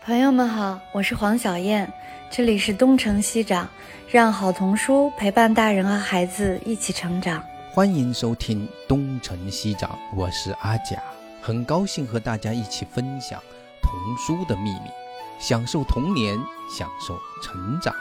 朋友们好，我是黄小燕，这里是东成西长，让好童书陪伴大人和孩子一起成长。 欢迎收听东成西长，我是阿甲，很高兴和大家一起分享童书的秘密，享受童年，享受成长。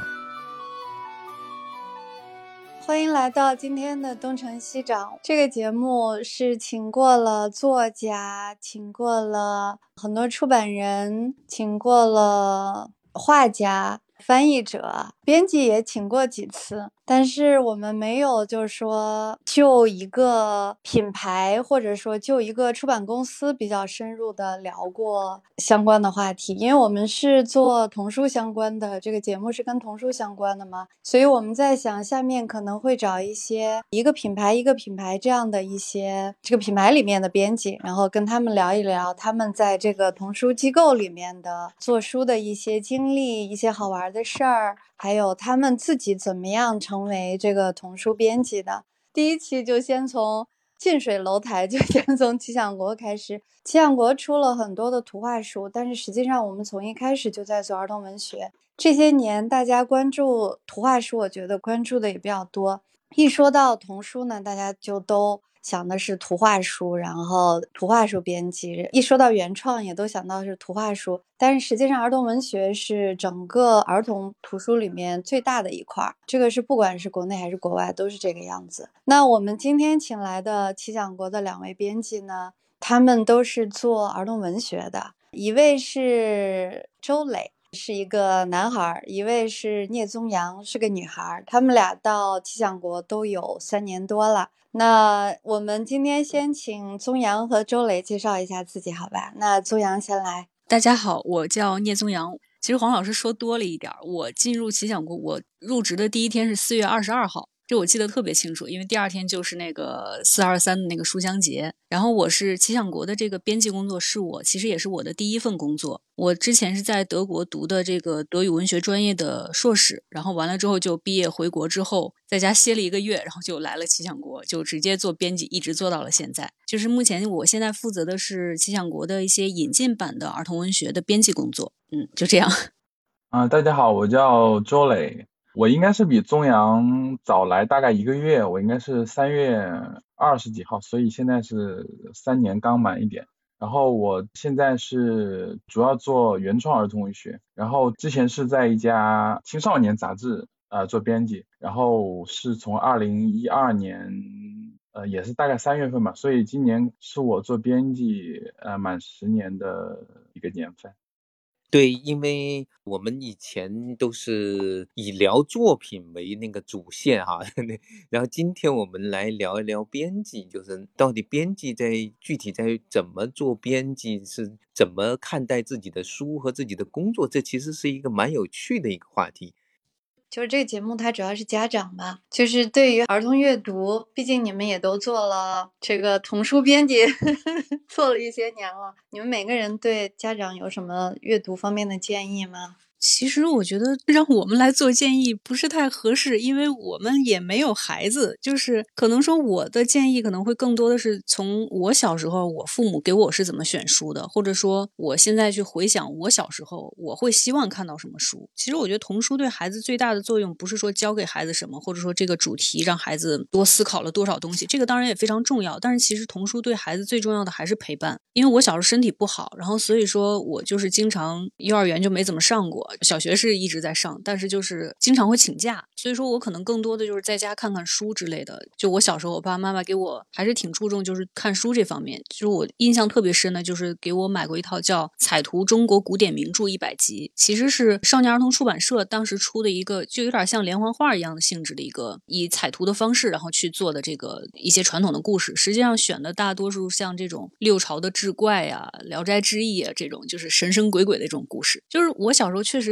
欢迎来到今天的东成西长。这个节目是请过了作家，请过了很多出版人，请过了画家、翻译者、编辑也请过几次，但是我们没有就是说就一个品牌或者说就一个出版公司比较深入的聊过相关的话题。因为我们是做童书相关的，这个节目是跟童书相关的嘛，所以我们在想下面可能会找一些一个品牌这样的一些这个品牌里面的编辑，然后跟他们聊一聊他们在这个童书机构里面的做书的一些经历，一些好玩的事儿，还有他们自己怎么样成为这个童书编辑的。第一期就先从近水楼台，就先从奇想国开始。奇想国出了很多的图画书，但是实际上我们从一开始就在做儿童文学。这些年大家关注图画书，我觉得关注的也比较多。一说到童书呢，大家就都想的是图画书，然后图画书编辑，一说到原创也都想到是图画书，但是实际上儿童文学是整个儿童图书里面最大的一块，这个是不管是国内还是国外都是这个样子。那我们今天请来的奇想国的两位编辑呢，他们都是做儿童文学的，一位是周磊，是一个男孩，一位是聂宗阳，是个女孩，他们俩到奇想国都有3年多了。那我们今天先请宗阳和周磊介绍一下自己好吧？那宗阳先来。 大家好，我叫聂宗阳。其实黄老师说多了一点，我进入奇想国，我入职的第一天是4月22号，这我记得特别清楚，因为第二天就是那个423的那个书香节。然后我是奇想国的这个编辑工作，其实也是我的第一份工作。我之前是在德国读的这个德语文学专业的硕士，然后完了之后就毕业回国之后，在家歇了1个月，然后就来了奇想国，就直接做编辑，一直做到了现在。就是目前我现在负责的是奇想国的一些引进版的儿童文学的编辑工作。就这样。 大家好，我叫周磊，我应该是比宗阳早来大概1个月，我应该是3月20几号，所以现在是3年刚满一点。然后我现在是主要做原创儿童文学，然后之前是在一家青少年杂志做编辑，然后是从2012年也是大概3月份吧，所以今年是我做编辑满10年的一个年份。 对，因为我们以前都是以聊作品为那个主线哈，然后今天我们来聊一聊编辑，就是到底编辑具体在怎么做编辑，是怎么看待自己的书和自己的工作，这其实是一个蛮有趣的一个话题。 就是这个节目它主要是家长吧，就是对于儿童阅读，毕竟你们也都做了这个童书编辑做了一些年了，你们每个人对家长有什么阅读方面的建议吗？ 其实我觉得让我们来做建议不是太合适，因为我们也没有孩子，就是可能说我的建议可能会更多的是从我小时候我父母给我是怎么选书的，或者说我现在去回想我小时候我会希望看到什么书。其实我觉得童书对孩子最大的作用不是说教给孩子什么，或者说这个主题让孩子多思考了多少东西，这个当然也非常重要，但是其实童书对孩子最重要的还是陪伴。因为我小时候身体不好，然后所以说我就是经常幼儿园就没怎么上过，小学是一直在上，但是就是经常会请假，所以说我可能更多的就是在家看看书之类的。就我小时候我爸爸妈妈给我还是挺注重就是看书这方面，就是我印象特别深的就是给我买过一套叫《彩图中国古典名著100集》，其实是少年儿童出版社当时出的一个就有点像连环画一样的性质的一个以彩图的方式然后去做的这个一些传统的故事，实际上选的大多数像这种六朝的志怪啊、聊斋志异啊这种就是神神鬼鬼的这种故事。就是我小时候确实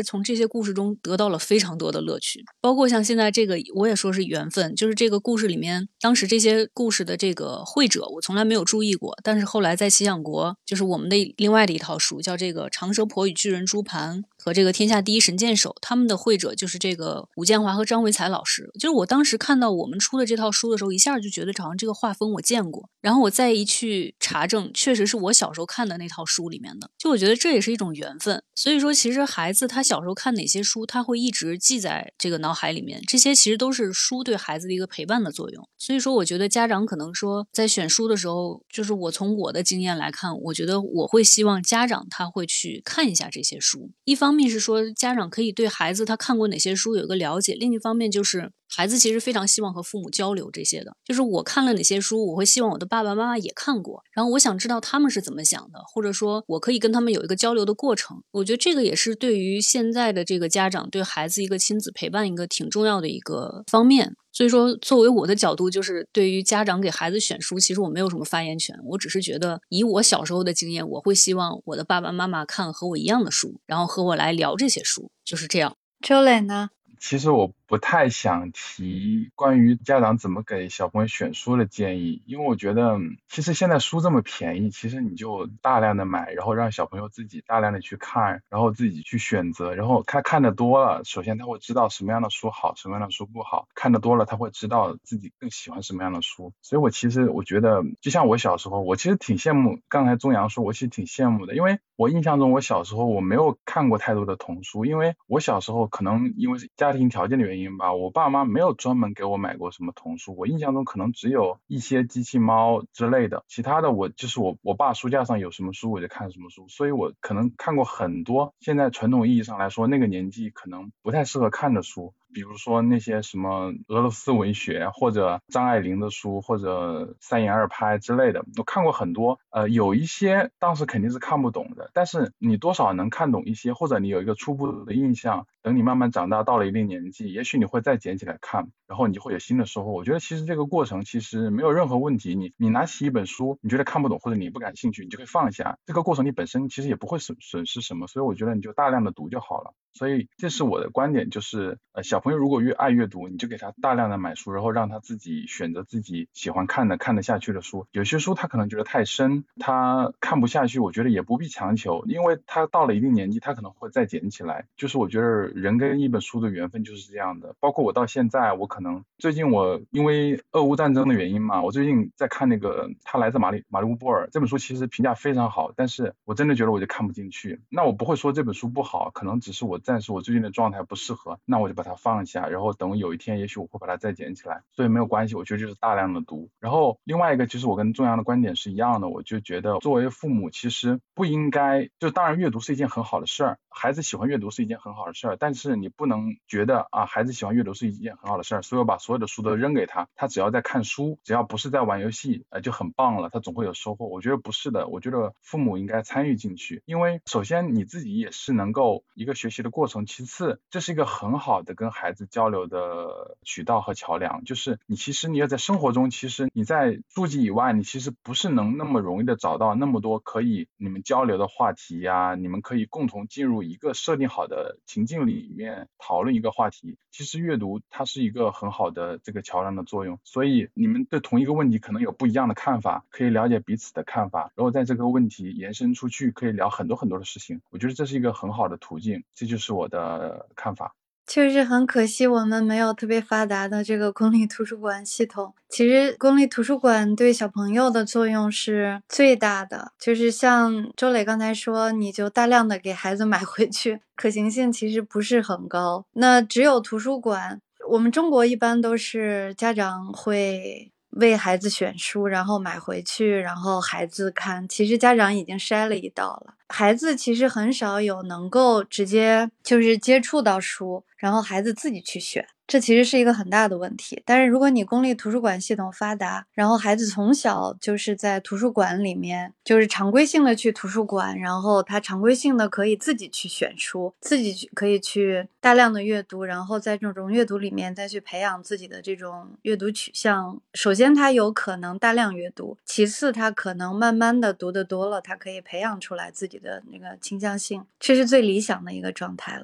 从这些故事中得到了非常多的乐趣，包括像现在这个我也说是缘分，就是这个故事里面当时这些故事的这个绘者我从来没有注意过，但是后来在奇想国就是我们的另外的一套书叫这个长舌婆与巨人朱盘和这个天下第一神箭手，他们的绘者就是这个吴建华和张维才老师。就是我当时看到我们出的这套书的时候，一下就觉得好像这个画风我见过，然后我再一去查证，确实是我小时候看的那套书里面的，就我觉得这也是一种缘分。所以说其实孩子他小时候看哪些书，他会一直记在这个脑海里面，这些其实都是书对孩子的一个陪伴的作用。所以说我觉得家长可能说在选书的时候，就是我从我的经验来看，我觉得我会希望家长他会去看一下这些书，一方面是说家长可以对孩子他看过哪些书有一个了解，另一方面就是孩子其实非常希望和父母交流这些的，就是我看了哪些书，我会希望我的爸爸妈妈也看过，然后我想知道他们是怎么想的，或者说我可以跟他们有一个交流的过程。我觉得这个也是对于现在的这个家长对孩子一个亲子陪伴一个挺重要的一个方面。所以说作为我的角度，就是对于家长给孩子选书，其实我没有什么发言权，我只是觉得以我小时候的经验，我会希望我的爸爸妈妈看和我一样的书，然后和我来聊这些书，就是这样。 周磊呢？ 其实我不太想提关于家长怎么给小朋友选书的建议，因为我觉得其实现在书这么便宜，其实你就大量的买，然后让小朋友自己大量的去看，然后自己去选择，然后他看的多了，首先他会知道什么样的书好，什么样的书不好，看的多了他会知道自己更喜欢什么样的书。所以我觉得就像我小时候，我其实挺羡慕刚才宗阳说，我其实挺羡慕的，因为我印象中我小时候我没有看过太多的童书，因为我小时候可能因为家庭条件的原因吧，我爸妈没有专门给我买过什么童书，我印象中可能只有一些机器猫之类的，其他的我爸书架上有什么书我就看什么书，所以我可能看过很多现在传统意义上来说那个年纪可能不太适合看的书，比如说那些什么俄罗斯文学或者张爱玲的书或者三言二拍之类的，我看过很多，有一些当时肯定是看不懂的，但是你多少能看懂一些，或者你有一个初步的印象，等你慢慢长大到了一定年纪，也许你会再捡起来看，然后你就会有新的收获。我觉得其实这个过程其实没有任何问题，你拿起一本书，你觉得看不懂或者你不感兴趣，你就可以放下，这个过程你本身其实也不会损失什么，所以我觉得你就大量的读就好了。所以这是我的观点，就是小朋友如果越爱阅读，你就给他大量的买书，然后让他自己选择自己喜欢看的看得下去的书。有些书他可能觉得太深，他看不下去，我觉得也不必强求，因为他到了一定年纪他可能会再捡起来。就是我觉得人跟一本书的缘分就是这样的，包括我到现在，我可能最近我因为俄乌战争的原因嘛，我最近在看那个他来自马里乌波尔这本书，其实评价非常好，但是我真的觉得我就看不进去。那我不会说这本书不好，可能只是暂时我最近的状态不适合，那我就把它放下，然后等有一天也许我会把它再捡起来，所以没有关系，我觉得就是大量的读。然后另外一个其实我跟中阳的观点是一样的，我就觉得作为父母其实不应该，就当然阅读是一件很好的事儿，孩子喜欢阅读是一件很好的事儿，但是你不能觉得孩子喜欢阅读是一件很好的事儿，所以把所有的书都扔给他，他只要在看书，只要不是在玩游戏就很棒了，他总会有收获。我觉得不是的，我觉得父母应该参与进去，因为首先你自己也是能够一个学习的过程，其次这是一个很好的跟孩子交流的渠道和桥梁，就是其实你要在生活中，其实你在书籍以外，你其实不是能那么容易的找到那么多可以你们交流的话题呀，你们可以共同进入一个设定好的情境里面讨论一个话题。其实阅读它是一个很好的这个桥梁的作用，所以你们对同一个问题可能有不一样的看法，可以了解彼此的看法，然后在这个问题延伸出去，可以聊很多很多的事情。我觉得这是一个很好的途径，这就是我的看法。 确实很可惜我们没有特别发达的这个公立图书馆系统。其实公立图书馆对小朋友的作用是最大的，就是像周磊刚才说，你就大量的给孩子买回去，可行性其实不是很高。那只有图书馆，我们中国一般都是家长会为孩子选书，然后买回去，然后孩子看，其实家长已经筛了一道了。孩子其实很少有能够直接就是接触到书，然后孩子自己去选，这其实是一个很大的问题。但是如果你公立图书馆系统发达，然后孩子从小就是在图书馆里面，就是常规性的去图书馆，然后他常规性的可以自己去选书，自己可以去大量的阅读，然后在这种阅读里面再去培养自己的这种阅读取向。首先他有可能大量阅读，其次他可能慢慢的读得多了，他可以培养出来自己的那个倾向性，这是最理想的一个状态了。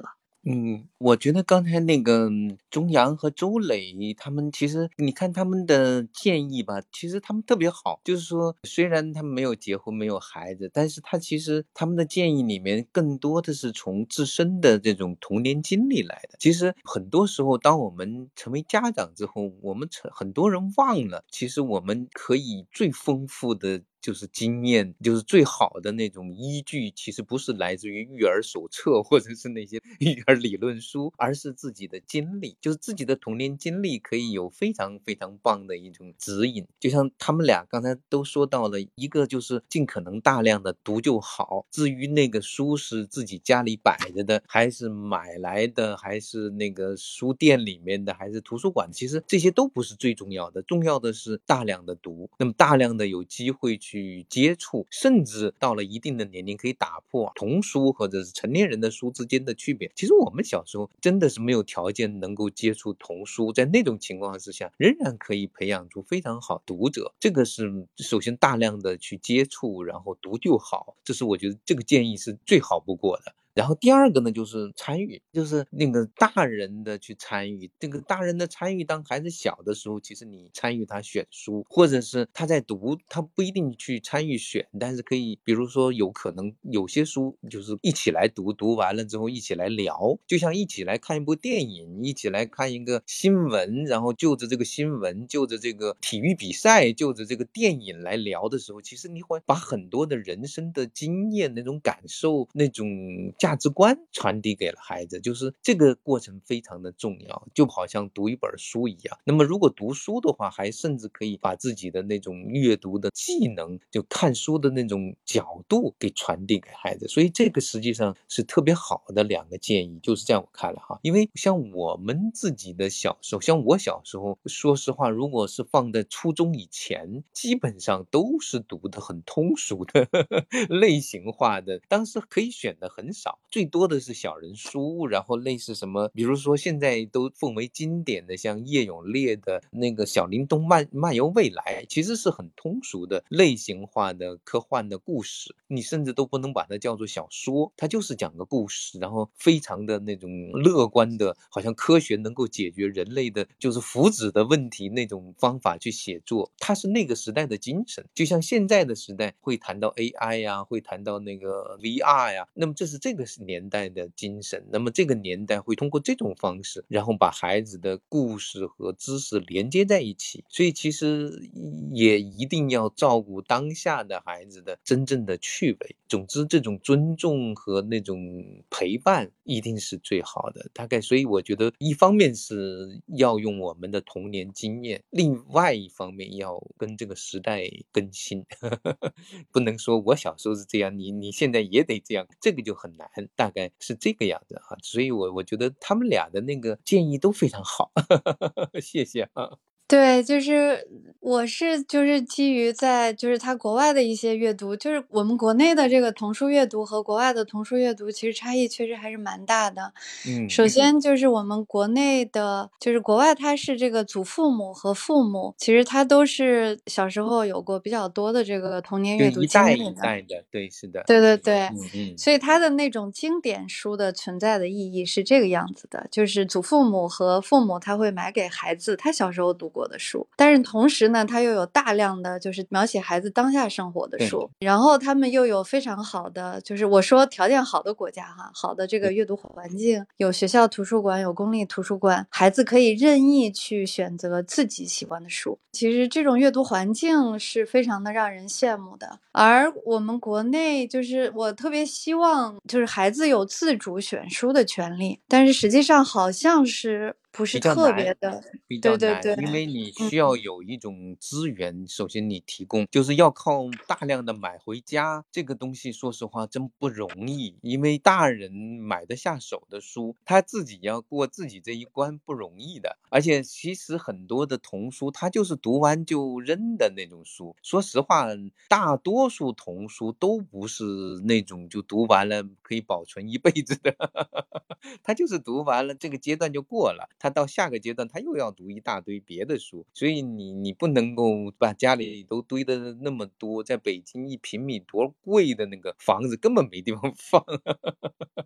我觉得刚才那个钟阳和周磊他们，其实你看他们的建议吧，其实他们特别好。就是说，虽然他们没有结婚，没有孩子，但是其实他们的建议里面更多的是从自身的这种童年经历来的。其实很多时候，当我们成为家长之后，我们很多人忘了，其实我们可以最丰富的就是经验，就是最好的那种依据，其实不是来自于育儿手册或者是那些育儿理论书，而是自己的经历，就是自己的童年经历可以有非常非常棒的一种指引。就像他们俩刚才都说到了，一个就是尽可能大量的读就好，至于那个书是自己家里摆着的，还是买来的，还是那个书店里面的，还是图书馆，其实这些都不是最重要的，重要的是大量的读，那么大量的有机会去接触，甚至到了一定的年龄可以打破童书或者是成年人的书之间的区别。其实我们小时候真的是没有条件能够接触童书，在那种情况之下，仍然可以培养出非常好读者。这个是首先大量的去接触，然后读就好，这是我觉得这个建议是最好不过的。然后第二个呢，就是参与，就是那个大人的去参与。这个大人的参与，当孩子小的时候，其实你参与他选书，或者是他在读，他不一定去参与选，但是可以，比如说有可能有些书就是一起来读，读完了之后一起来聊，就像一起来看一部电影，一起来看一个新闻，然后就着这个新闻，就着这个体育比赛，就着这个电影来聊的时候，其实你会把很多的人生的经验、那种感受、那种价值观传递给了孩子，就是这个过程非常的重要，就好像读一本书一样。那么如果读书的话，还甚至可以把自己的那种阅读的技能，就看书的那种角度给传递给孩子，所以这个实际上是特别好的两个建议，就是这样我看了哈。因为像我们自己的小时候，像我小时候，说实话，如果是放在初中以前，基本上都是读的很通俗的类型化的，当时可以选的很少，最多的是小人书，然后类似什么，比如说现在都奉为经典的像叶永烈的那个小灵通漫游未来，其实是很通俗的类型化的科幻的故事，你甚至都不能把它叫做小说，它就是讲个故事，然后非常的那种乐观的，好像科学能够解决人类的就是福祉的问题那种方法去写作，它是那个时代的精神。就像现在的时代会谈到 AI 呀，会谈到那个 VR 呀，那么这是这个年代的精神，那么这个年代会通过这种方式，然后把孩子的故事和知识连接在一起，所以其实也一定要照顾当下的孩子的真正的趣味。总之这种尊重和那种陪伴一定是最好的，大概所以我觉得一方面是要用我们的童年经验，另外一方面要跟这个时代更新不能说我小时候是这样，你现在也得这样，这个就很难，大概是这个样子啊。所以我觉得他们俩的那个建议都非常好谢谢啊。 对，就是我是就是基于在就是他国外的一些阅读，就是我们国内的这个童书阅读和国外的童书阅读其实差异确实还是蛮大的。首先就是我们国内的，就是国外它是这个祖父母和父母，其实他都是小时候有过比较多的这个童年阅读就一代一经历的。 代的，对，是的， 对对对，所以它的那种经典书的存在的意义是这个样子的，就是祖父母和父母他会买给孩子他小时候读过的书，但是同时呢，他又有大量的就是描写孩子当下生活的书，然后他们又有非常好的，就是我说条件好的国家哈，好的这个阅读环境，有学校图书馆，有公立图书馆，孩子可以任意去选择自己喜欢的书。其实这种阅读环境是非常的让人羡慕的，而我们国内就是我特别希望就是孩子有自主选书的权利，但是实际上好像是不是特别的， 比较难， 对， 因为你需要有一种资源，首先你提供，就是要靠大量的买回家，这个东西说实话真不容易，因为大人买得下手的书，他自己要过自己这一关不容易的，而且其实很多的童书，它就是读完就扔的那种书，说实话，大多数童书都不是那种就读完了可以保存一辈子的他就是读完了这个阶段就过了，他到下个阶段他又要读一大堆别的书，所以你不能够把家里都堆的那么多，在北京1平米多贵的那个房子根本没地方放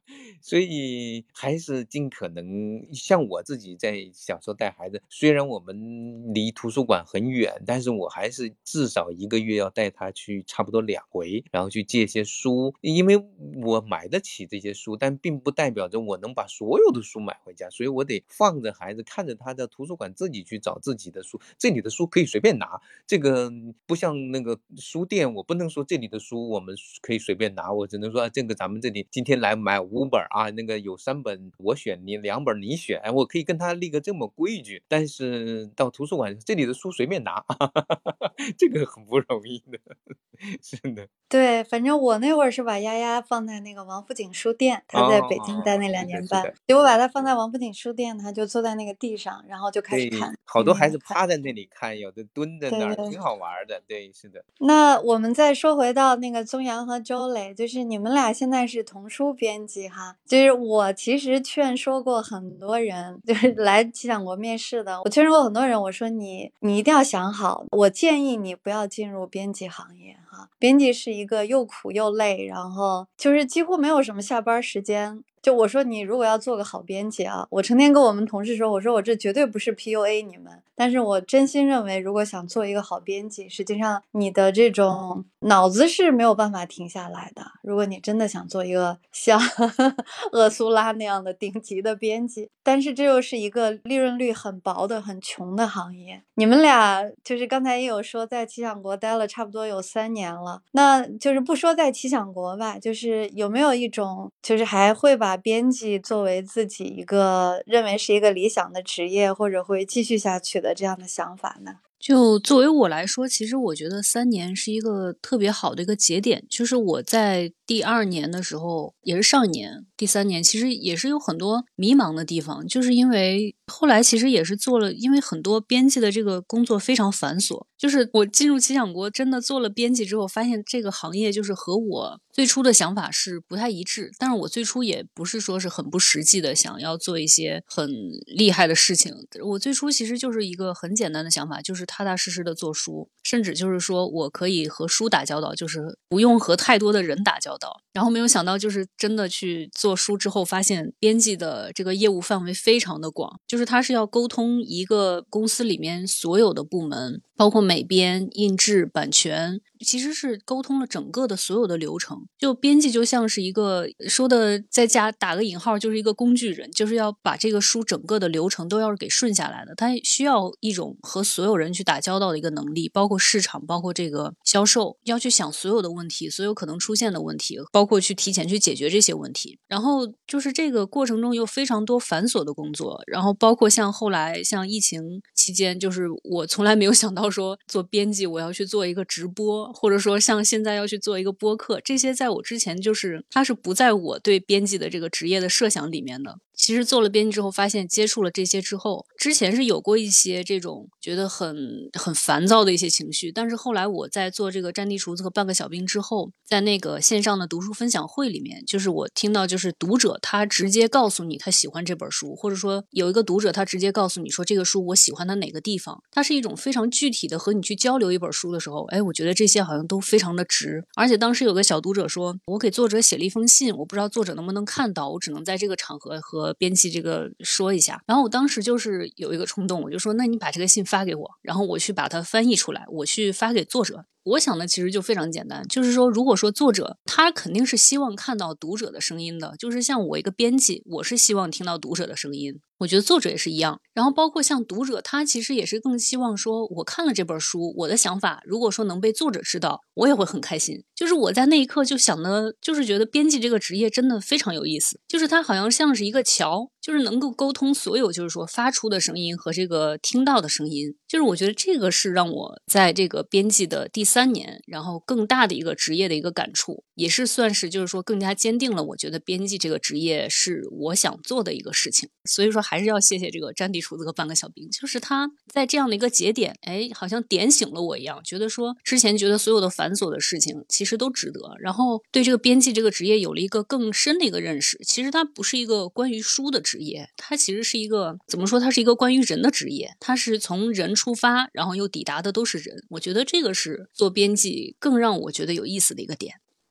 所以还是尽可能像我自己在小时候带孩子，虽然我们离图书馆很远，但是我还是至少1个月要带他去差不多2回，然后去借些书，因为我买得起这些书，但并不代表着我能把所有的书买回家，所以我得放着孩子，看着他在图书馆自己去找自己的书，这里的书可以随便拿，这个不像那个书店，我不能说这里的书我们可以随便拿，我只能说这个咱们这里今天来买5本啊，那个有3本我选，你2本你选，我可以跟他立个这么规矩。但是到图书馆这里的书随便拿，这个很不容易的。是的， 对，反正我那会儿是把丫丫放在那个王府井书店，她在北京待那2年半，结果把她放在王府井书店，她就坐在那个地上，然后就开始看。 好多孩子趴在那里看，有的蹲在那儿，挺好玩的。对，是的。 那我们再说回到那个宗阳和周磊，就是你们俩现在是童书编辑哈，就是我其实劝说过很多人，就是来气象国面试的，我劝说过很多人，我说你一定要想好，我建议你不要进入编辑行业哈，编辑是一个又苦又累，然后就是几乎没有什么下班时间。就我说你如果要做个好编辑啊，我成天跟我们同事说，我说我这绝对不是 PUA 你们，但是我真心认为如果想做一个好编辑，实际上你的这种脑子是没有办法停下来的，如果你真的想做一个像厄苏拉那样的顶级的编辑，但是这又是一个利润率很薄的很穷的行业。你们俩就是刚才也有说在气象国待了差不多有3年了，那就是不说在气象国吧，就是有没有一种就是还会把编辑作为自己一个认为是一个理想的职业，或者会继续下去的这样的想法呢？ 就作为我来说，其实我觉得3年是一个特别好的一个节点，就是我在第2年的时候，也是上一年第3年，其实也是有很多迷茫的地方，就是因为后来其实也是做了，因为很多编辑的这个工作非常繁琐，就是我进入气象国真的做了编辑之后，发现这个行业就是和我最初的想法是不太一致，但是我最初也不是说是很不实际的想要做一些很厉害的事情，我最初其实就是一个很简单的想法，就是踏踏实实的做书，甚至就是说我可以和书打交道，就是不用和太多的人打交道。然后没有想到就是真的去做书之后，发现编辑的这个业务范围非常的广，就是它是要沟通一个公司里面所有的部门，包括美编、印制、版权，其实是沟通了整个的所有的流程。就编辑就像是一个说的在家打个引号，就是一个工具人，就是要把这个书整个的流程都要是给顺下来的，他需要一种和所有人去打交道的一个能力，包括市场，包括这个销售，要去想所有的问题，所有可能出现的问题，包括去提前去解决这些问题。然后就是这个过程中有非常多繁琐的工作，然后包括像后来像疫情期间，就是我从来没有想到说做编辑我要去做一个直播，或者说像现在要去做一个播客，这些在我之前就是它是不在我对编辑的这个职业的设想里面的。其实做了编辑之后，发现接触了这些之后，之前是有过一些这种觉得很烦躁的一些情绪，但是后来我在做这个战地厨子和半个小兵之后，在那个线上的读书分享会里面，就是我听到就是读者他直接告诉你他喜欢这本书，或者说有一个读者他直接告诉你说这个书我喜欢它哪个地方，它是一种非常具体的和你去交流一本书的时候，哎，我觉得这些好像都非常的值。而且当时有个小读者说，我给作者写了一封信，我不知道作者能不能看到，我只能在这个场合和编辑这个说一下。然后我当时就是有一个冲动，我就说那你把这个信发给我，然后我去把它翻译出来，我去发给作者。我想的其实就非常简单，就是说如果说作者他肯定是希望看到读者的声音的，就是像我一个编辑，我是希望听到读者的声音，我觉得作者也是一样。然后包括像读者，他其实也是更希望说我看了这本书，我的想法如果说能被作者知道，我也会很开心。就是我在那一刻就想的，就是觉得编辑这个职业真的非常有意思，就是它好像像是一个桥，就是能够沟通所有就是说发出的声音和这个听到的声音。就是我觉得这个是让我在这个编辑的第3年，然后更大的一个职业的一个感触，也是算是就是说更加坚定了我觉得编辑这个职业是我想做的一个事情。所以说还是要谢谢这个战地厨子和半个小兵，就是他在这样的一个节点，哎，好像点醒了我一样，觉得说之前觉得所有的繁琐的事情其实都值得，然后对这个编辑这个职业有了一个更深的一个认识。其实它不是一个关于书的职业，它其实是一个怎么说，它是一个关于人的职业，它是从人出发，然后又抵达的都是人。我觉得这个是做编辑更让我觉得有意思的一个点。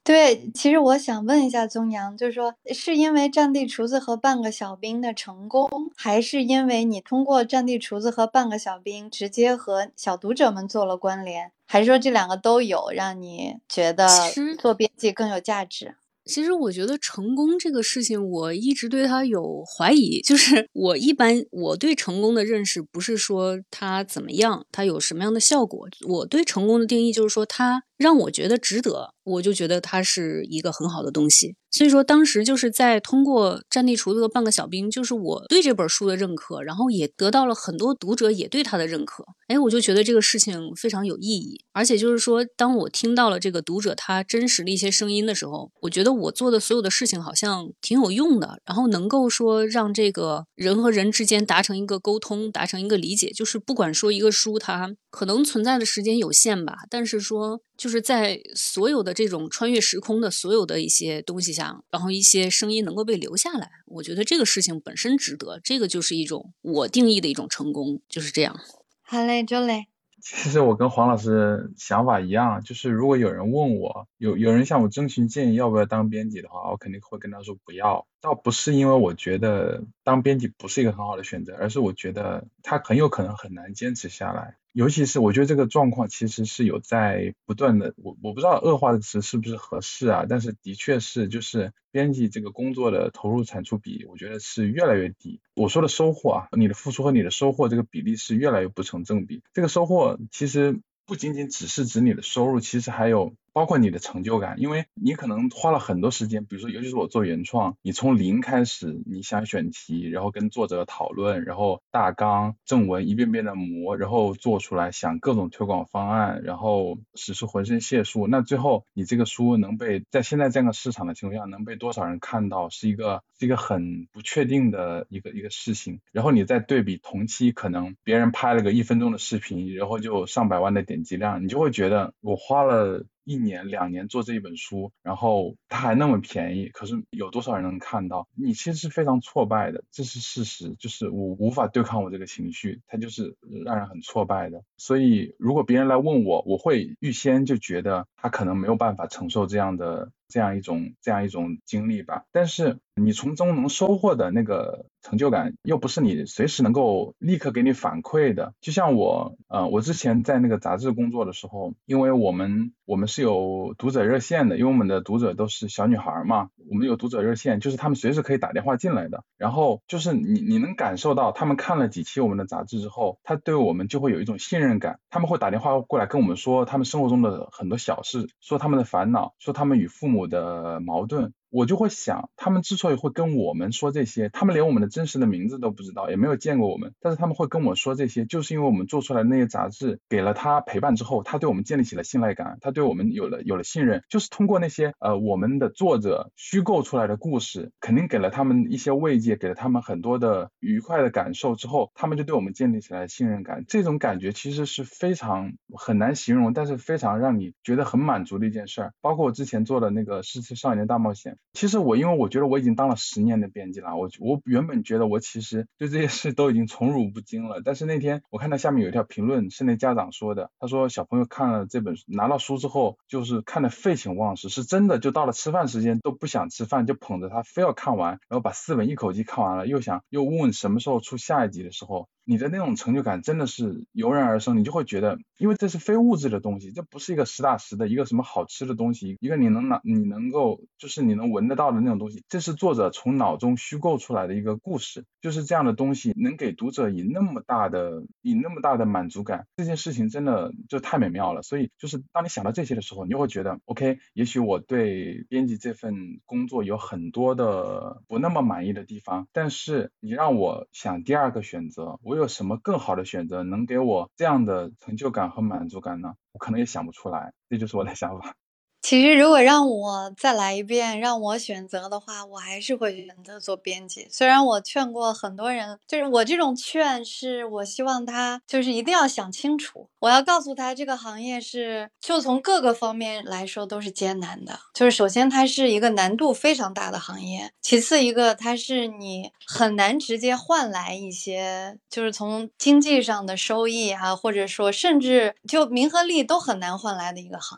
对，其实我想问一下宗阳，就是说，是因为《战地厨子》和《半个小兵》的成功，还是因为你通过《战地厨子》和《半个小兵》直接和小读者们做了关联，还是说这两个都有，让你觉得做编辑更有价值？ 其实我觉得成功这个事情，我一直对它有怀疑。就是我对成功的认识不是说它怎么样，它有什么样的效果。我对成功的定义就是说，它让我觉得值得，我就觉得它是一个很好的东西。所以说，当时就是在通过《战地厨子》和《半个小兵》，就是我对这本书的认可，然后也得到了很多读者也对它的认可。哎，我就觉得这个事情非常有意义。而且就是说，当我听到了这个读者他真实的一些声音的时候，我觉得我做的所有的事情好像挺有用的，然后能够说让这个人和人之间达成一个沟通，达成一个理解。就是不管说一个书它可能存在的时间有限吧，但是说就是在所有的这种穿越时空的所有的一些东西下，然后一些声音能够被留下来，我觉得这个事情本身值得，这个就是一种我定义的一种成功，就是这样。 好嘞，周磊。 其实我跟黄老师想法一样，就是如果有人问我，有人向我征询建议要不要当编辑的话，我肯定会跟他说不要。倒不是因为我觉得当编辑不是一个很好的选择，而是我觉得他很有可能很难坚持下来。尤其是我觉得这个状况其实是有在不断的，我不知道恶化的词是不是合适啊，但是的确是就是编辑这个工作的投入产出比，我觉得是越来越低。我说的收获啊，你的付出和你的收获这个比例是越来越不成正比。这个收获其实不仅仅只是指你的收入，其实还有包括你的成就感，因为你可能花了很多时间，比如说尤其是我做原创，你从零开始，你想选题，然后跟作者讨论，然后大纲正文一遍遍的磨，然后做出来，想各种推广方案，然后使出浑身解数，那最后你这个书能被在现在这样的市场的情况下能被多少人看到，是一个很不确定的一个事情。然后你再对比同期可能别人拍了个1分钟的视频，然后就上百万的点击量，你就会觉得我花了1年2年做这一本书，然后它还那么便宜，可是有多少人能看到？你其实是非常挫败的，这是事实，就是我无法对抗我这个情绪，它就是让人很挫败的。所以如果别人来问我，我会预先就觉得他可能没有办法承受这样一种经历吧。但是你从中能收获的那个成就感，又不是你随时能够立刻给你反馈的。就像我之前在那个杂志工作的时候，因为我们是有读者热线的，因为我们的读者都是小女孩嘛，我们有读者热线，就是他们随时可以打电话进来的。然后就是你能感受到他们看了几期我们的杂志之后，他对我们就会有一种信任感，他们会打电话过来跟我们说他们生活中的很多小事，说他们的烦恼，说他们与父母的矛盾。我就会想，他们之所以会跟我们说这些，他们连我们的真实的名字都不知道，也没有见过我们，但是他们会跟我说这些，就是因为我们做出来的那些杂志给了他陪伴之后，他对我们建立起了信赖感，他对我们有了信任，就是通过那些我们的作者虚构出来的故事，肯定给了他们一些慰藉，给了他们很多的愉快的感受之后，他们就对我们建立起来信任感。这种感觉其实是非常很难形容，但是非常让你觉得很满足的一件事儿。包括我之前做的那个《17少年大冒险》，其实因为我觉得我已经当了10年的编辑了，我原本觉得我其实对这些事都已经宠辱不惊了，但是那天我看到下面有一条评论是那家长说的，他说小朋友看了这本书，拿到书之后就是看得废寝忘食，是真的就到了吃饭时间都不想吃饭，就捧着它非要看完，然后把4本一口气看完了，又问什么时候出下一集的时候，你的那种成就感真的是油然而生。你就会觉得，因为这是非物质的东西，这不是一个实打实的一个什么好吃的东西，一个你能够就是你能闻得到的那种东西，这是作者从脑中虚构出来的一个故事，就是这样的东西能给读者以那么大的满足感，这件事情真的就太美妙了。所以就是当你想到这些的时候，你就会觉得 OK， 也许我对编辑这份工作有很多的不那么满意的地方，但是你让我想第二个选择，我有什么更好的选择能给我这样的成就感和满足感呢？我可能也想不出来，这就是我的想法。 其实如果让我再来一遍，让我选择的话，我还是会选择做编辑。虽然我劝过很多人，就是我这种劝是我希望他就是一定要想清楚，我要告诉他这个行业是就从各个方面来说都是艰难的。就是首先它是一个难度非常大的行业，其次一个它是你很难直接换来一些就是从经济上的收益啊，或者说甚至就名和利都很难换来的一个行业。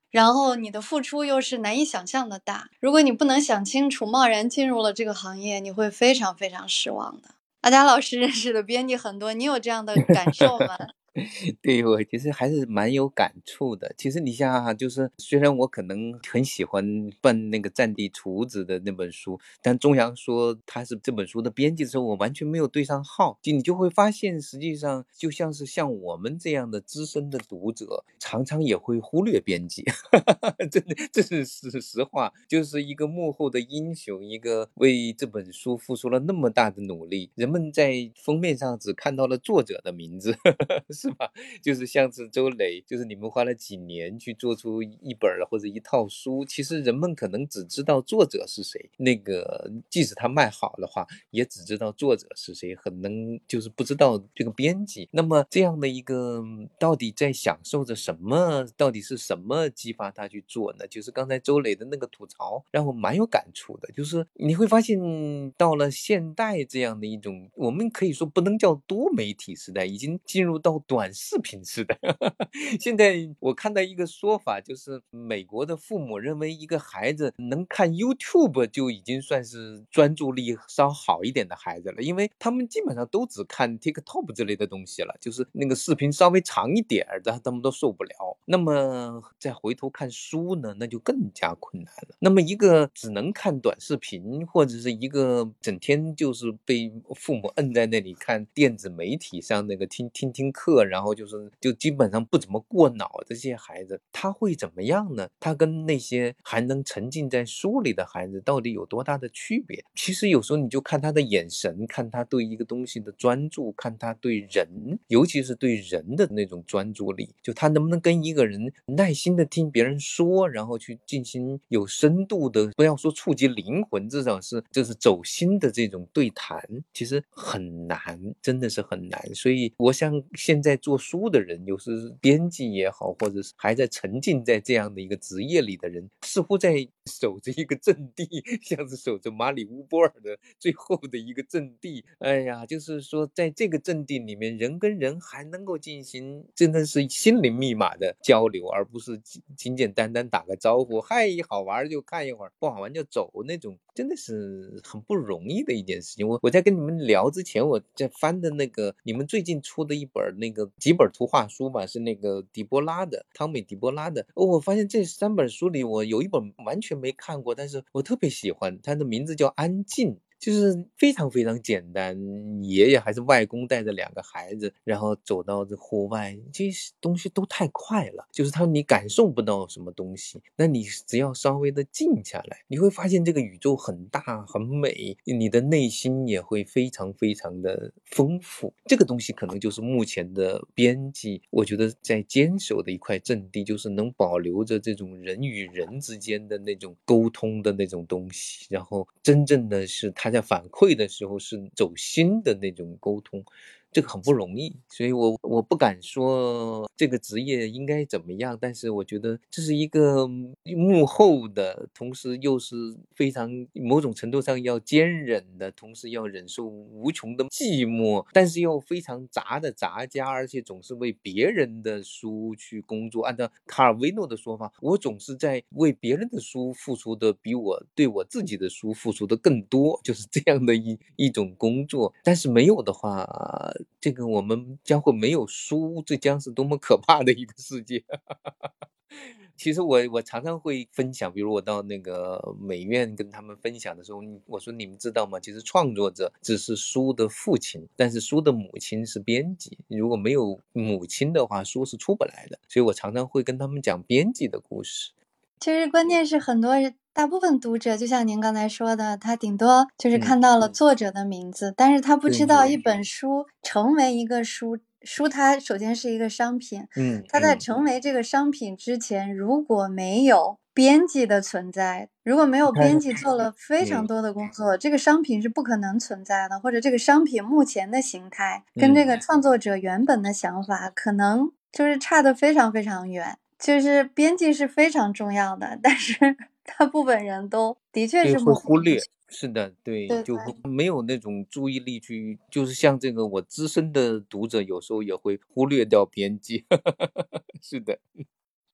然后你的付出又是难以想象的大。如果你不能想清楚，贸然进入了这个行业，你会非常非常失望的。阿佳老师认识的编辑很多，你有这样的感受吗？ 对，我其实还是蛮有感触的。其实你像哈，就是虽然我可能很喜欢办那个《战地厨子》的那本书，但钟阳说他是这本书的编辑的时候，我完全没有对上号。你就会发现，实际上就像是像我们这样的资深的读者，常常也会忽略编辑，真的，这是实话，就是一个幕后的英雄，一个为这本书付出了那么大的努力，人们在封面上只看到了作者的名字，是吧？就是像是周磊，就是你们花了几年去做出一本或者一套书，其实人们可能只知道作者是谁，那个即使他卖好的话，也只知道作者是谁，很能就是不知道这个编辑。那么这样的一个到底在享受着什么？到底是什么激发他去做呢？就是刚才周磊的那个吐槽，让我蛮有感触的。就是你会发现，到了现代这样的一种，我们可以说不能叫多媒体时代，已经进入到短视频时代。现在我看到一个说法，就是美国的父母认为一个孩子能看 YouTube 就已经算是专注力稍好一点的孩子了，因为他们基本上都只看 TikTok 之类的东西了，就是那个视频稍微长一点，他们都受不了。那么再回头看书呢，那就更加困难了。那么一个只能看短视频，或者是一个整天就是被父母摁在那里看电子媒体上那个听课，然后就基本上不怎么过脑的这些孩子，他会怎么样呢？他跟那些还能沉浸在书里的孩子到底有多大的区别？其实有时候你就看他的眼神，看他对一个东西的专注，看他对人，尤其是对人的那种专注力，就他能不能跟一个人耐心的听别人说，然后去进行有深度的，不要说触及灵魂，至少是就是走心的这种对谈，其实很难，真的是很难。所以我想现在做书的人，有时编辑也好，或者是还在沉浸在这样的一个职业里的人，似乎在守着一个阵地，像是守着马里乌波尔的最后的一个阵地。哎呀，就是说在这个阵地里面，人跟人还能够进行真的是心灵密码的交流，而不是简简单单打个招呼，嗨，好玩就看一会儿，不好玩就走那种，真的是很不容易的一件事情。我在跟你们聊之前，我在翻的那个你们最近出的一本那个几本图画书吧，是那个狄波拉的汤美狄波拉的。我发现这3本书里，我有一本完全没看过，但是我特别喜欢，它的名字叫《安静》。就是非常非常简单，爷爷还是外公带着2个孩子，然后走到这户外，这些东西都太快了，就是你感受不到什么东西，那你只要稍微的静下来，你会发现这个宇宙很大很美，你的内心也会非常非常的丰富。这个东西可能就是目前的编辑，我觉得在坚守的一块阵地，就是能保留着这种人与人之间的那种沟通的那种东西，然后真正的是他在反馈的时候是走心的那种沟通，这个很不容易。所以我不敢说这个职业应该怎么样，但是我觉得这是一个幕后的，同时又是非常某种程度上要坚忍的，同时要忍受无穷的寂寞，但是又非常杂的杂家，而且总是为别人的书去工作。按照卡尔维诺的说法，我总是在为别人的书付出的比我对我自己的书付出的更多，就是这样的一种工作。但是没有的话，这个我们将会没有书，这将是多么可怕的一个世界。其实我常常会分享，比如我到那个美院跟他们分享的时候，我说你们知道吗？其实创作者只是书的父亲，但是书的母亲是编辑。如果没有母亲的话，书是出不来的。所以我常常会跟他们讲编辑的故事。 其实关键是很多人，大部分读者，就像您刚才说的，他顶多就是看到了作者的名字，但是他不知道一本书成为一个书，它首先是一个商品，它在成为这个商品之前，如果没有编辑的存在，如果没有编辑做了非常多的工作，这个商品是不可能存在的，或者这个商品目前的形态跟这个创作者原本的想法可能就是差得非常非常远。就是编辑是非常重要的，但是大部分人都的确是会忽略。是的，对，就没有那种注意力去，就是像这个我资深的读者有时候也会忽略掉编辑。是的。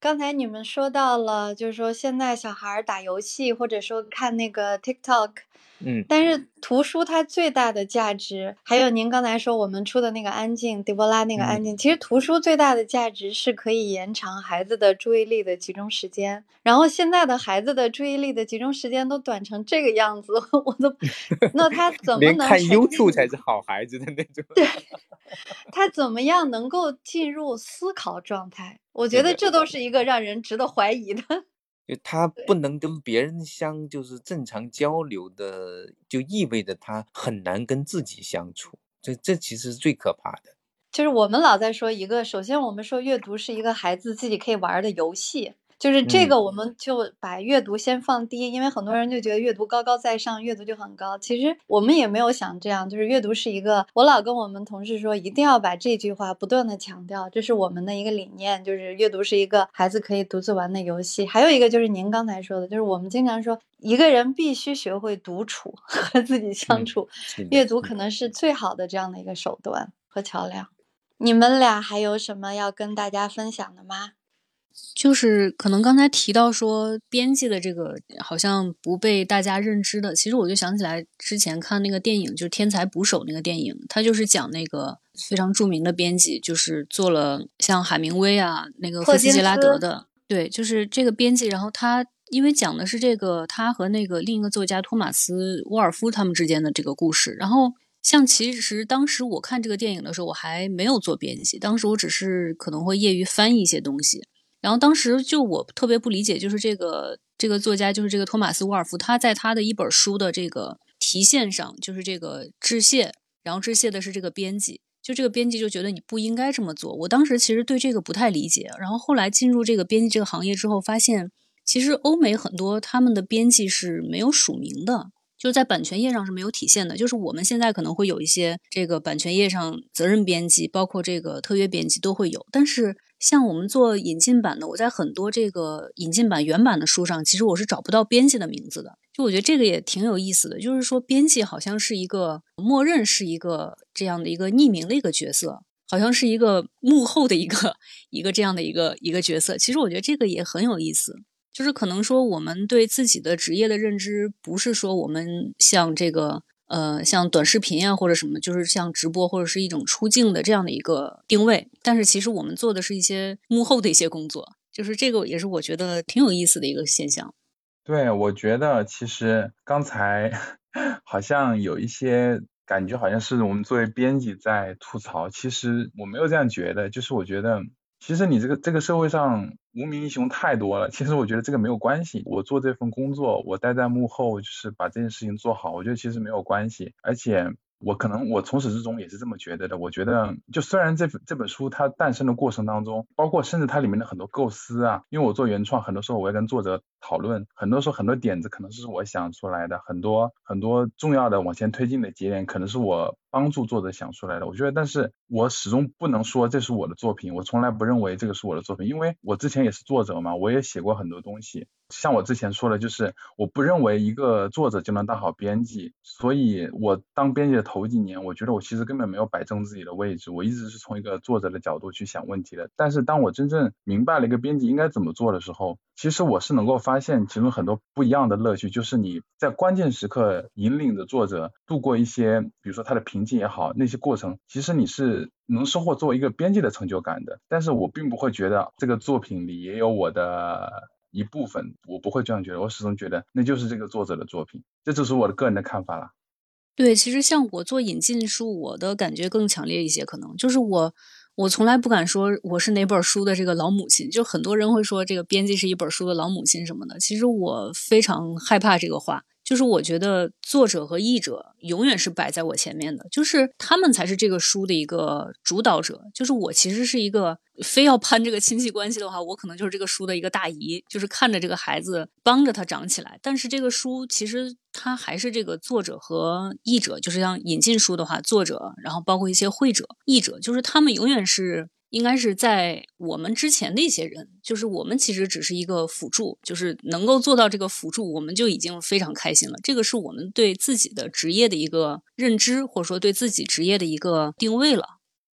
刚才你们说到了，就是说现在小孩打游戏，或者说看那个 TikTok，但是图书它最大的价值，还有您刚才说我们出的那个安静，狄波拉那个安静，其实图书最大的价值是可以延长孩子的注意力的集中时间。然后现在的孩子的注意力的集中时间都短成这个样子，我都，那他怎么能连看 YouTube 才是好孩子的那种？ 对，他怎么样能够进入思考状态？我觉得这都是一个让人值得怀疑的。 就他不能跟别人就是正常交流的，就意味着他很难跟自己相处，这其实是最可怕的。 就是我们老在说一个，首先我们说阅读是一个孩子自己可以玩的游戏，就是这个我们就把阅读先放低，因为很多人就觉得阅读高高在上，阅读就很高。其实我们也没有想这样，就是阅读是一个，我老跟我们同事说，一定要把这句话不断的强调，这是我们的一个理念，就是阅读是一个孩子可以独自玩的游戏。还有一个就是您刚才说的，就是我们经常说一个人必须学会独处和自己相处，阅读可能是最好的这样的一个手段和桥梁。你们俩还有什么要跟大家分享的吗？ 就是可能刚才提到说编辑的这个好像不被大家认知的，其实我就想起来之前看那个电影，就是《天才捕手》那个电影，它就是讲那个非常著名的编辑，就是做了像海明威啊那个菲茨杰拉德的，对，就是这个编辑，然后他因为讲的是这个他和那个另一个作家托马斯·沃尔夫他们之间的这个故事，然后像其实当时我看这个电影的时候，我还没有做编辑，当时我只是可能会业余翻译一些东西。然后当时就我特别不理解，就是这个作家，就是这个托马斯·沃尔夫，他在他的一本书的这个题线上，就是这个致谢，然后致谢的是这个编辑，就这个编辑就觉得你不应该这么做。我当时其实对这个不太理解，然后后来进入这个编辑这个行业之后，发现其实欧美很多他们的编辑是没有署名的。就是在版权页上是没有体现的，就是我们现在可能会有一些这个版权页上责任编辑，包括这个特约编辑都会有，但是像我们做引进版的，我在很多这个引进版原版的书上，其实我是找不到编辑的名字的。就我觉得这个也挺有意思的，就是说编辑好像是一个默认是一个这样的一个匿名的一个角色，好像是一个幕后的一个这样的一个角色。其实我觉得这个也很有意思。就是可能说我们对自己的职业的认知，不是说我们像这个像短视频啊或者什么，就是像直播或者是一种出镜的这样的一个定位，但是其实我们做的是一些幕后的一些工作，就是这个也是我觉得挺有意思的一个现象。 对，我觉得其实刚才好像有一些感觉，好像是我们作为编辑在吐槽，其实我没有这样觉得，就是我觉得其实你这个社会上无名英雄太多了，其实我觉得这个没有关系。我做这份工作，我待在幕后，就是把这件事情做好，我觉得其实没有关系。而且我从始至终也是这么觉得的。我觉得就虽然这本书它诞生的过程当中，包括甚至它里面的很多构思啊，因为我做原创，很多时候我会跟作者讨论，很多时候很多点子可能是我想出来的，很多重要的往前推进的节点可能是我帮助作者想出来的。我觉得，但是我始终不能说这是我的作品，我从来不认为这个是我的作品，因为我之前也是作者嘛，我也写过很多东西。像我之前说的，就是我不认为一个作者就能当好编辑，所以我当编辑的头几年，我觉得我其实根本没有摆正自己的位置，我一直是从一个作者的角度去想问题的。但是当我真正明白了一个编辑应该怎么做的时候，其实我是能够发现其中很多不一样的乐趣，就是你在关键时刻引领着作者度过一些，比如说他的瓶颈也好，那些过程，其实你是能收获作为一个编辑的成就感的。但是我并不会觉得这个作品里也有我的一部分，我不会这样觉得，我始终觉得那就是这个作者的作品，这就是我的个人的看法了。 对，其实像我做引进书，我的感觉更强烈一些，可能就是我从来不敢说我是哪本书的这个老母亲，就很多人会说这个编辑是一本书的老母亲什么的，其实我非常害怕这个话。就是我觉得作者和译者永远是摆在我前面的，就是他们才是这个书的一个主导者。就是我其实是一个非要攀这个亲戚关系的话，我可能就是这个书的一个大姨，就是看着这个孩子帮着他长起来。但是这个书其实它还是这个作者和译者，就是像引进书的话，作者，然后包括一些会者、译者，就是他们永远是应该是在我们之前的一些人，就是我们其实只是一个辅助，就是能够做到这个辅助，我们就已经非常开心了。这个是我们对自己的职业的一个认知，或者说对自己职业的一个定位了。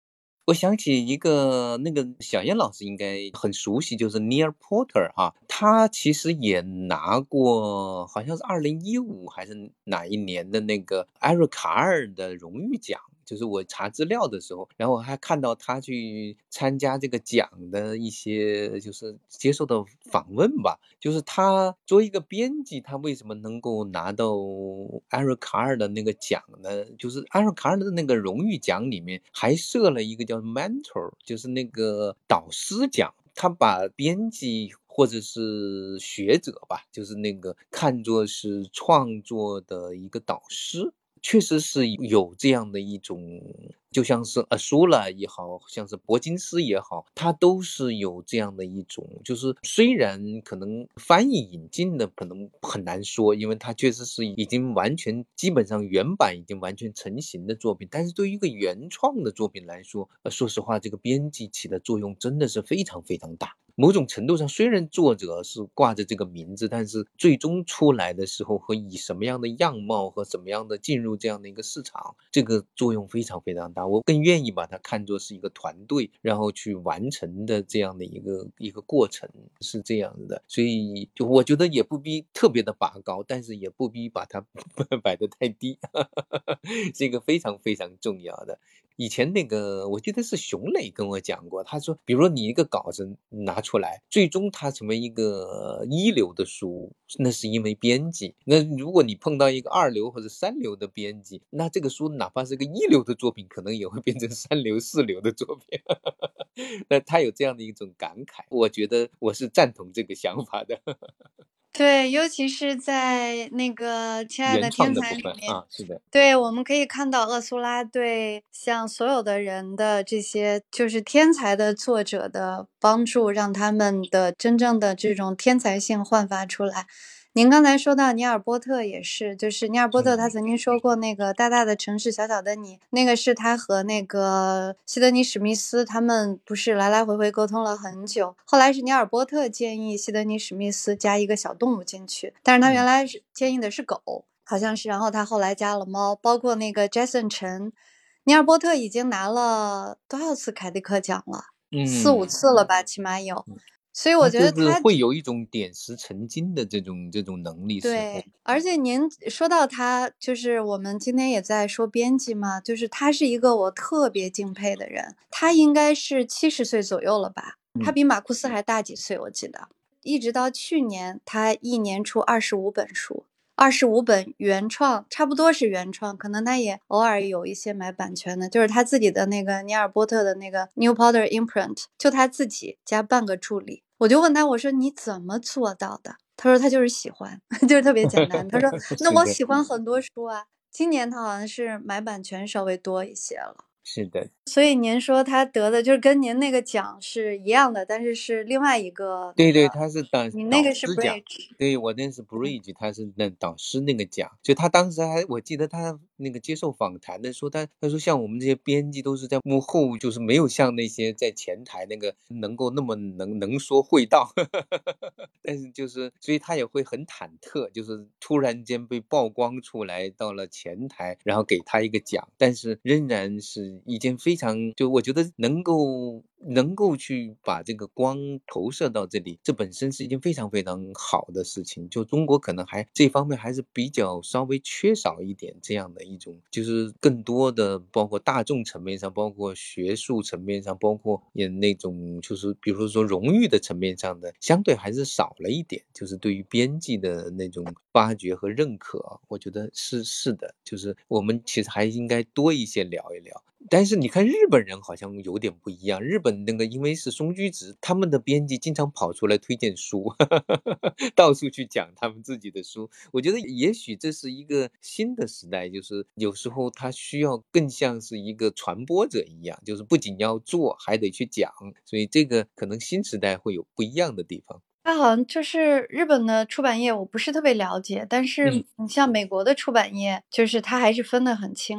我想起一个那个小燕老师应该很熟悉，就是 Neil Porter 哈，他其实也拿过好像是2015还是哪一年的那个艾瑞卡尔的荣誉奖。就是我查资料的时候，然后我还看到他去参加这个奖的一些就是接受的访问吧，就是他作为一个编辑，他为什么能够拿到艾瑞卡尔的那个奖呢？就是艾瑞卡尔的那个荣誉奖里面还设了一个叫 mentor， 就是那个导师奖，他把编辑或者是学者吧，就是那个看作是创作的一个导师。确实是有这样的一种，就像是苏拉也好，像是伯金斯也好，他都是有这样的一种，就是虽然可能翻译引进的可能很难说，因为它确实是已经完全基本上原版已经完全成型的作品，但是对于一个原创的作品来说，说实话，这个编辑起的作用真的是非常非常大。某种程度上，虽然作者是挂着这个名字，但是最终出来的时候和以什么样的样貌和怎么样的进入这样的一个市场，这个作用非常非常大。我更愿意把它看作是一个团队，然后去完成的这样的一个过程，是这样的。所以就我觉得也不必特别的拔高，但是也不必把它摆得太低，是一个非常非常重要的。以前那个我记得是熊磊跟我讲过，他说比如说你一个稿子拿出来，最终它成为一个一流的书，那是因为编辑。那如果你碰到一个二流或者三流的编辑，那这个书哪怕是个一流的作品，可能也会变成三流四流的作品。那他有这样的一种感慨，我觉得我是赞同这个想法的。 对，尤其是在那个《亲爱的原创天的部分才》里面， 啊，是的， 对，我们可以看到厄苏拉对像所有的人的这些就是天才的作者的帮助，让他们的真正的这种天才性焕发出来。您刚才说到尼尔波特也是，就是尼尔波特他曾经说过那个大大的城市小小的你，那个是他和那个西德尼史密斯他们不是来来回回沟通了很久，后来是尼尔波特建议西德尼史密斯加一个小动物进去，但是他原来是建议的是狗，好像是，然后他后来加了猫，包括那个 Jason 陈，尼尔波特已经拿了多少次凯迪克奖了？4、5次了吧，起码有。所以我他觉得他就是会有一种点石成金的这种能力，似乎。 对，而且您说到他，就是我们今天也在说编辑嘛，就是他是一个我特别敬佩的人，他应该是70岁左右了吧？他比马库斯还大几岁，我记得。一直到去年，他一年出25本书，25本原创，差不多是原创，可能他也偶尔有一些买版权的，就是他自己的那个尼尔波特的那个 New Potter Imprint，就他自己加半个助理。我就问他，我说你怎么做到的？他说他就是喜欢，就是特别简单。他说那我喜欢很多书啊。今年他好像是买版权稍微多一些了。 是的， 所以您说他得的就是跟您那个奖是一样的，但是是另外一个对对，他是你那个是导师奖， Bridge。 对，我那是 Bridge，他是那导师那个奖，就他当时还，我记得他那个接受访谈的说，他说像我们这些编辑都是在幕后，就是没有像那些在前台那个能够那么能说会道，但是就是所以他也会很忐忑，就是突然间被曝光出来到了前台，然后给他一个奖，但是仍然是一件非常，就我觉得能够去把这个光投射到这里，这本身是一件非常非常好的事情。就中国可能还这方面还是比较稍微缺少一点这样的一种，就是更多的包括大众层面上，包括学术层面上，包括也那种就是比如说荣誉的层面上的，相对还是少了一点。就是对于编辑的那种发掘和认可，我觉得是的，就是我们其实还应该多一些聊一聊。但是你看日本人好像有点不一样，日本那个因为是松居直，他们的编辑经常跑出来推荐书，到处去讲他们自己的书。我觉得也许这是一个新的时代，就是有时候他需要更像是一个传播者一样，就是不仅要做，还得去讲。所以这个可能新时代会有不一样的地方。 它好像就是日本的出版业，我不是特别了解，但是你像美国的出版业，就是它还是分得很清的。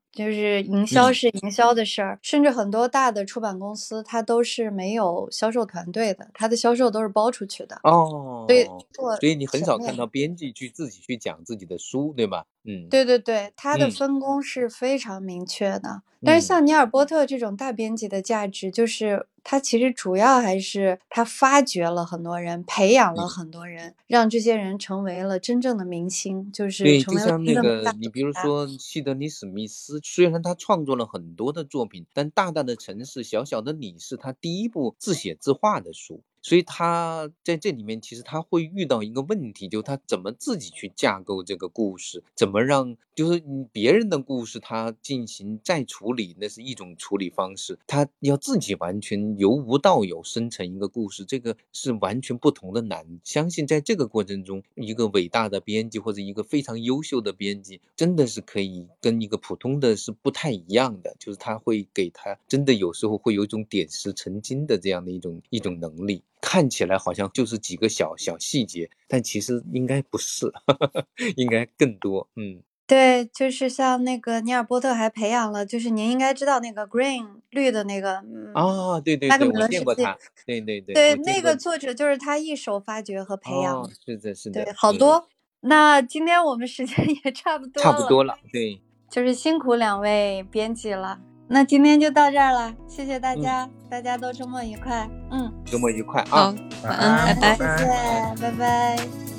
就是营销是营销的事儿，甚至很多大的出版公司它都是没有销售团队的，它的销售都是包出去的。 所以你很少看到编辑自己去讲自己的书，对吧？ 对对对，它的分工是非常明确的。但是像尼尔波特这种大编辑的价值，就是他其实主要还是他发掘了很多人，培养了很多人，让这些人成为了真正的明星，就是成为了对，就像那个你比如说希德尼·史密斯，虽然他创作了很多的作品，但大大的城市，小小的你是他第一部自写自话的书。所以他在这里面其实他会遇到一个问题，就他怎么自己去架构这个故事，怎么让就是别人的故事他进行再处理，那是一种处理方式，他要自己完全由无到有生成一个故事，这个是完全不同的难。相信在这个过程中，一个伟大的编辑或者一个非常优秀的编辑真的是可以跟一个普通的是不太一样的，就是他会给他真的有时候会有一种点石成金的这样的一种能力，看起来好像就是几个小细节，但其实应该不是应该更多。 对，就是像那个尼尔波特还培养了，就是您应该知道那个 Green 绿的那个对对对，我见过他，对对对， 对，那个作者就是他一手发掘和培养的。 是的是的， 对，好多。那今天我们时间也差不多了， 对， 就是辛苦两位编辑了。那今天就到这儿了，谢谢大家，大家都周末愉快。 周末愉快啊，好，晚安，拜拜， 谢谢，拜拜。